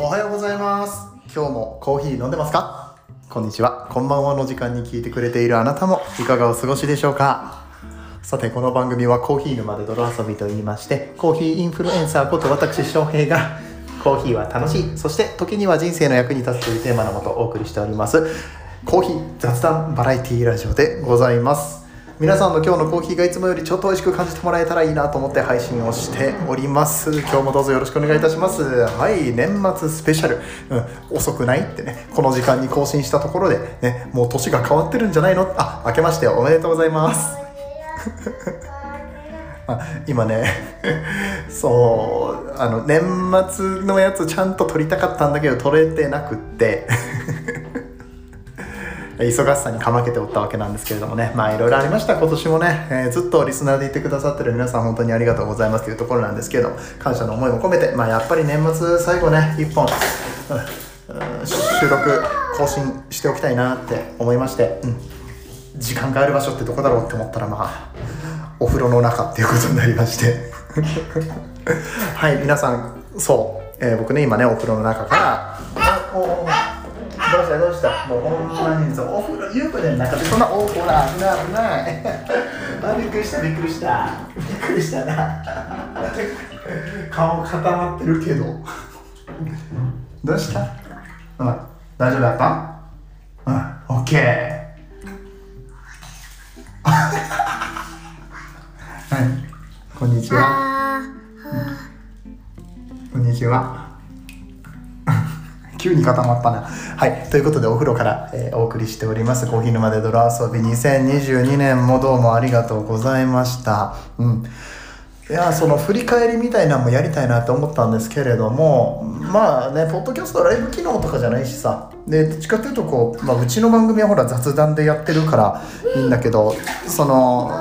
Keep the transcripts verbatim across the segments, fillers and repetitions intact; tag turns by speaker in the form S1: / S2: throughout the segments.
S1: おはようございます。今日もコーヒー飲んでますか？こんにちは、こんばんはの時間に聞いてくれているあなたもいかがお過ごしでしょうか？さて、この番組はコーヒー沼で泥遊びと言いまして、コーヒーインフルエンサーこと私翔平がコーヒーは楽しい、そして時には人生の役に立つというテーマのもとお送りしておりますコーヒー雑談バラエティラジオでございます。皆さんの今日のコーヒーがいつもよりちょっと美味しく感じてもらえたらいいなと思って配信をしております。今日もどうぞよろしくお願いいたします。はい、年末スペシャル、うん、遅くないってね、この時間に更新したところで、ね、もう年が変わってるんじゃないの？あ、明けましておめでとうございますあ、今ねそうあの年末のやつちゃんと撮りたかったんだけど撮れてなくって忙しさにかまけておったわけなんですけれどもね、まあいろいろありました今年もね、えー、ずっとリスナーでいてくださってる皆さん本当にありがとうございますというところなんですけれども、感謝の思いも込めて、まあやっぱり年末最後ね一本、うん、収録更新しておきたいなって思いまして、うん、時間がある場所ってどこだろうって思ったら、まあお風呂の中っていうことになりましてはい、皆さんそう、えー、僕ね今ねお風呂の中からおおどうしたどうしたもうほんまにお風呂湯船の中でそんなおほら危ない危ないあびっくりしたびっくりしたびっくりしたな顔固まってるけどどうした？うん、大丈夫だった？うん、オッケーはい、こんにちは、うん、こんにちは急に固まったな。はい、ということでお風呂から、えー、お送りしておりますコーヒー沼で泥遊びにせんにじゅうにねんもどうもありがとうございました。うん、いやその振り返りみたいなのもやりたいなと思ったんですけれども、まあねポッドキャストライブ機能とかじゃないしさ、でどっちかっていうとこう、まあ、うちの番組はほら雑談でやってるからいいんだけど、その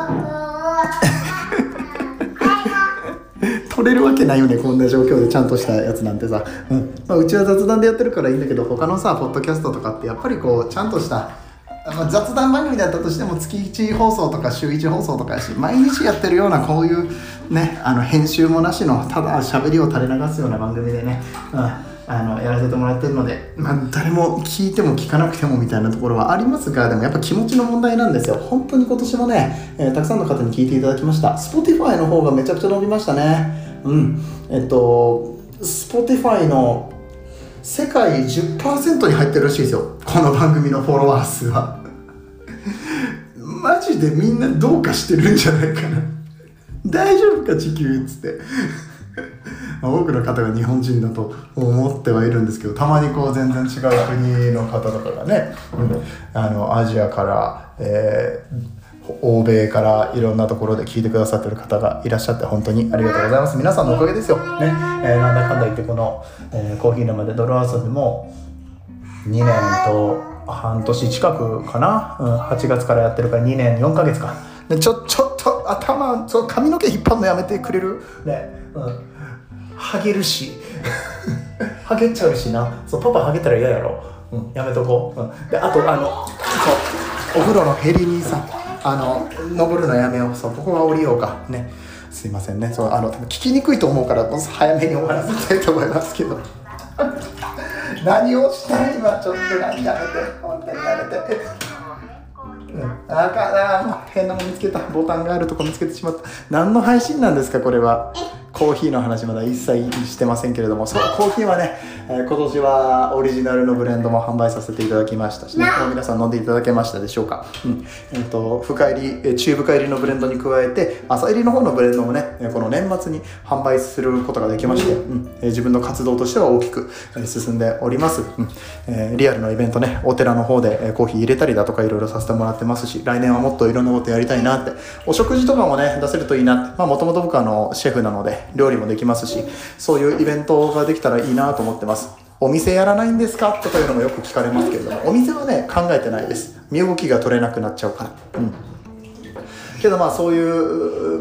S1: 撮れるわけないよね、こんな状況でちゃんとしたやつなんてさ、うんまあ、うちは雑談でやってるからいいんだけど、他のさポッドキャストとかってやっぱりこうちゃんとした、まあ、雑談番組だったとしても月いち放送とか週いち放送とかやし、毎日やってるようなこういうねあの編集もなしのただ喋りを垂れ流すような番組でね、うんあのやらせてもらってるので、まあ、誰も聞いても聞かなくてもみたいなところはありますが、でもやっぱ気持ちの問題なんですよ。本当に今年もね、えー、たくさんの方に聞いていただきました。 Spotify の方がめちゃくちゃ伸びましたね。うんえっと Spotify の世界 じゅっパーセント に入ってるらしいですよ、この番組のフォロワー数はマジでみんなどうかしてるんじゃないかな大丈夫か地球っつって多くの方が日本人だと思ってはいるんですけど、たまにこう全然違う国の方とかがね、うん、あのアジアから、えー、欧米からいろんなところで聞いてくださってる方がいらっしゃって本当にありがとうございます。皆さんのおかげですよ、ねえー、なんだかんだ言ってこの、えー、コーヒー沼で泥遊びもにねんと半年近くかな、うん、はちがつからやってるからにねんよんかげつかで、ちょちょっと頭そう髪の毛引っ張るのやめてくれるね、うんハゲるしハゲちゃうしな、そうパパハゲたら嫌やろ、うん、やめとこう、うん、であとあのそうお風呂のヘリにさあの登るのやめよう、そうここは降りようかね、すいませんね、そうあの聞きにくいと思うから早めに終わらせたいと思いますけど何をした今ちょっと何やめて本当にやめてうん、あかんな変なもの見つけた、ボタンがあるとこ見つけてしまった。何の配信なんですかこれは。コーヒーの話まだ一切してませんけれども、そうコーヒーはね、えー、今年はオリジナルのブレンドも販売させていただきましたしね、もう皆さん飲んでいただけましたでしょうか。うんえー、と深入り中深入りのブレンドに加えて浅入りの方のブレンドもねこの年末に販売することができまして、うんえー、自分の活動としては大きく進んでおります。うんえー、リアルのイベントねお寺の方でコーヒー入れたりだとかいろいろさせてもらってますし、来年はもっといろんなことやりたいなって、お食事とかもね出せるといいなって、まあもともと僕はあのシェフなので料理もできますし、そういうイベントができたらいいなと思ってます。お店やらないんですかとかいうのもよく聞かれますけれども、お店はね考えてないです。身動きが取れなくなっちゃうから、うんけどまあそういう、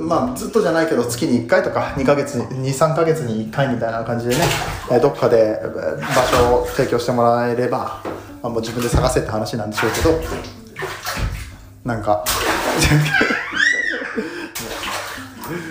S1: まあ、ずっとじゃないけど月にいっかいとかにかげつにさんかげつにいっかいみたいな感じでね、どっかで場所を提供してもらえれば、まあ、もう自分で探せって話なんでしょうけど、なんか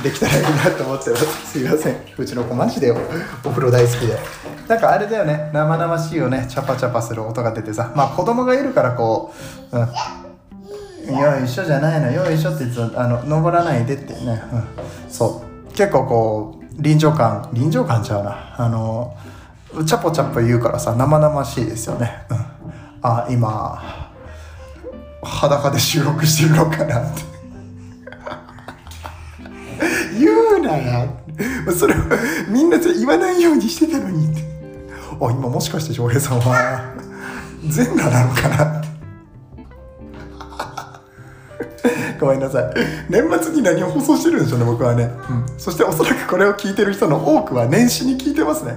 S1: できたらいいなと思ってます。すいません、うちの子マジでお風呂大好きで、なんかあれだよね、生々しいよね、チャパチャパする音が出てさ、まあ子供がいるからこう、うん、よいしょじゃないの、よいしょって言ってあの登らないでってね、うん、そう結構こう臨場感臨場感ちゃうな、あのチャポチャポ言うからさ生々しいですよね、うん、あ今裸で収録してるのかなって言うなやそれをみんな言わないようにしてたのにって、あ今もしかして翔平さんは全裸なのかなってごめんなさい、年末に何を放送してるんでしょうね僕はね、うん、そしておそらくこれを聞いてる人の多くは年始に聞いてますね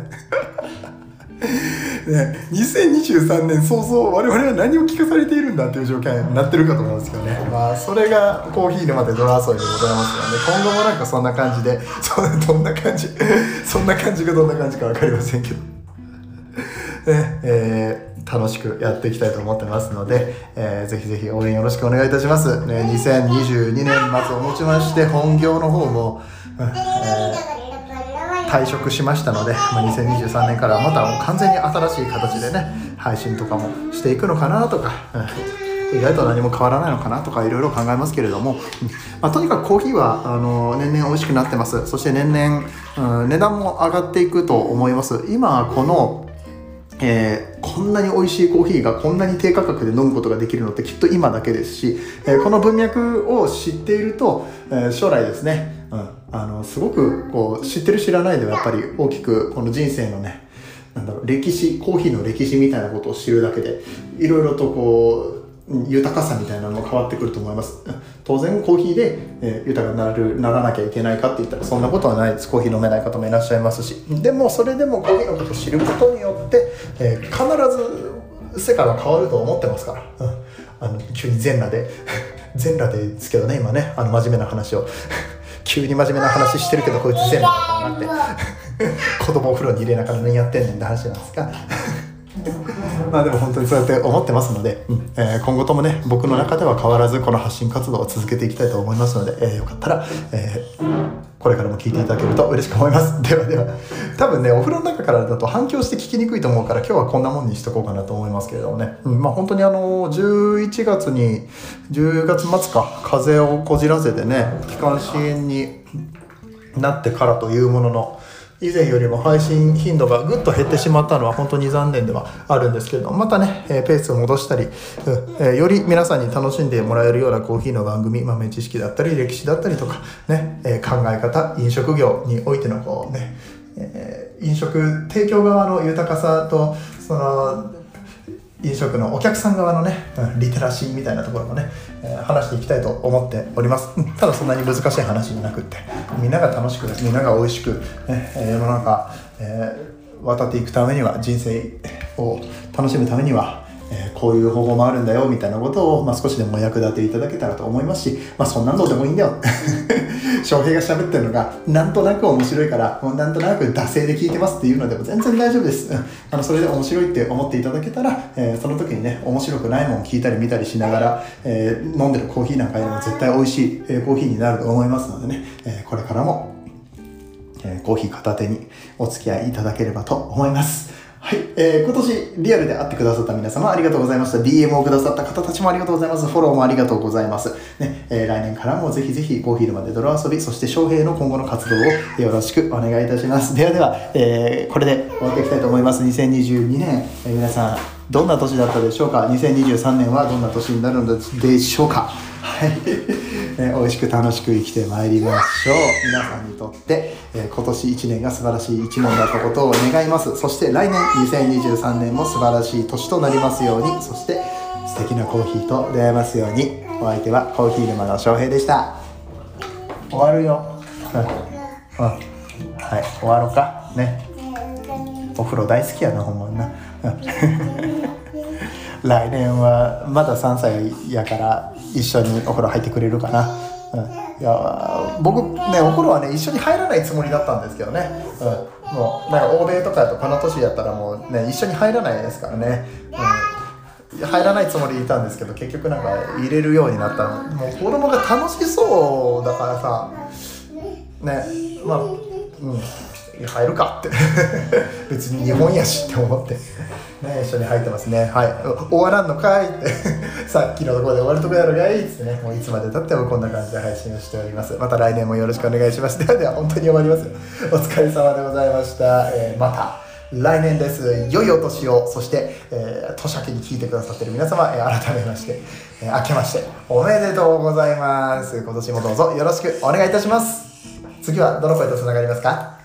S1: ね、にせんにじゅうさんねん早々我々は何を聞かされているんだっていう状況になってるかと思うんですけどね、まあそれがコーヒー沼で泥遊びでございますので、今後もなんかそんな感じでそどんな感じそんな感じがどんな感じか分かりませんけどねえー、楽しくやっていきたいと思ってますので、えー、ぜひぜひ応援よろしくお願いいたします、ね、にせんにじゅうにねん末をもちまして本業の方も、えー退職しましたので、まあ、にせんにじゅうさんねんからまた完全に新しい形でね配信とかもしていくのかなとか、うん、意外と何も変わらないのかなとかいろいろ考えますけれども、うんまあ、とにかくコーヒーはあの年々美味しくなってます。そして年々、うん、値段も上がっていくと思います。今このえー、こんなに美味しいコーヒーがこんなに低価格で飲むことができるのってきっと今だけですし、えー、この文脈を知っていると、えー、将来ですね、うん、あのすごくこう知ってる知らないではやっぱり大きくこの人生のねなんだろう歴史コーヒーの歴史みたいなことを知るだけでいろいろとこう豊かさみたいなのも変わってくると思います。当然コーヒーで、えー、豊かになるならなきゃいけないかって言ったらそんなことはないです。コーヒー飲めない方もいらっしゃいますし、でもそれでもコーヒーのことを知ることによって、えー、必ず世界は変わると思ってますから、うん、あの急に全裸で全裸でですけどね今ねあの真面目な話を急に真面目な話してるけどこいつ全裸だからなって子供をお風呂に入れながら何やってんねんって話なんですがまあでも本当にそうやって思ってますので、うんえー、今後ともね僕の中では変わらずこの発信活動を続けていきたいと思いますので、えー、よかったら、えー、これからも聞いていただけると嬉しく思います。ではでは多分ねお風呂の中からだと反響して聞きにくいと思うから今日はこんなもんにしとこうかなと思いますけれどもね、うん、まあ本当にあのじゅういちがつにじゅうがつ末か風邪をこじらせてね気管支炎になってからというものの以前よりも配信頻度がぐっと減ってしまったのは本当に残念ではあるんですけれども、またね、えー、ペースを戻したり、うんえー、より皆さんに楽しんでもらえるようなコーヒーの番組、豆知識だったり歴史だったりとか、ねえー、考え方飲食業においてのこうね、えー、飲食提供側の豊かさとその飲食のお客さん側のね、うん、リテラシーみたいなところもね、えー、話していきたいと思っております。ただそんなに難しい話じゃなくってみんなが楽しくみんなが美味しく、ね、世の中、えー、渡っていくためには人生を楽しむためにはえー、こういう方法もあるんだよみたいなことを、まあ、少しでも役立ていただけたらと思いますし、まあ、そんなんどうでもいいんだよ翔平が喋ってるのがなんとなく面白いからもうなんとなく惰性で聞いてますっていうのでも全然大丈夫です、うん、あのそれで面白いって思っていただけたら、えー、その時にね面白くないもん聞いたり見たりしながら、えー、飲んでるコーヒーなんかよりも絶対美味しい、えー、コーヒーになると思いますのでね、えー、これからも、えー、コーヒー片手にお付き合いいただければと思います。はい、えー、今年リアルで会ってくださった皆様ありがとうございました。 ディーエム をくださった方たちもありがとうございます。フォローもありがとうございます、ねえー、来年からもぜひぜひコーヒー沼で泥遊びそして翔平の今後の活動をよろしくお願いいたします。ではでは、えー、これで終わっていきたいと思います。にせんにじゅうにねん、えー、皆さんどんな年だったでしょうか。にせんにじゅうさんねんはどんな年になるのでしょうか。はいね、美味しく楽しく生きてまいりましょう。皆さんにとって、えー、今年いちねんが素晴らしいいちねんだったことを願います。そして来年にせんにじゅうさんねんも素晴らしい年となりますように、そして素敵なコーヒーと出会えますように。お相手はコーヒー沼の翔平でした。終わるよ、うんうん、はい終わろうかね。お風呂大好きやなほんまにな来年はまださんさいやから一緒にお風呂入ってくれるかな、うん、いや僕ねお風呂はね一緒に入らないつもりだったんですけどね、うん、もうなんか欧米とかだとこの年やったらもうね一緒に入らないですからね、うん、入らないつもりでいたんですけど結局なんか入れるようになったの。もう子供が楽しそうだからさね、まあうん入るかって別に日本やしって思ってね、一緒に入ってますね。はい、終わらんのかいってさっきのところで終わるとこやろがいっつってね、もういつまでたってもこんな感じで配信をしております。また来年もよろしくお願いします。ではでは本当に終わりますよ。お疲れ様でございました。えー、また来年です。良いお年を。そして、えー、年明けに聞いてくださっている皆様、えー、改めまして、えー、明けましておめでとうございます。今年もどうぞよろしくお願いいたします。次はどの声とつながりますか？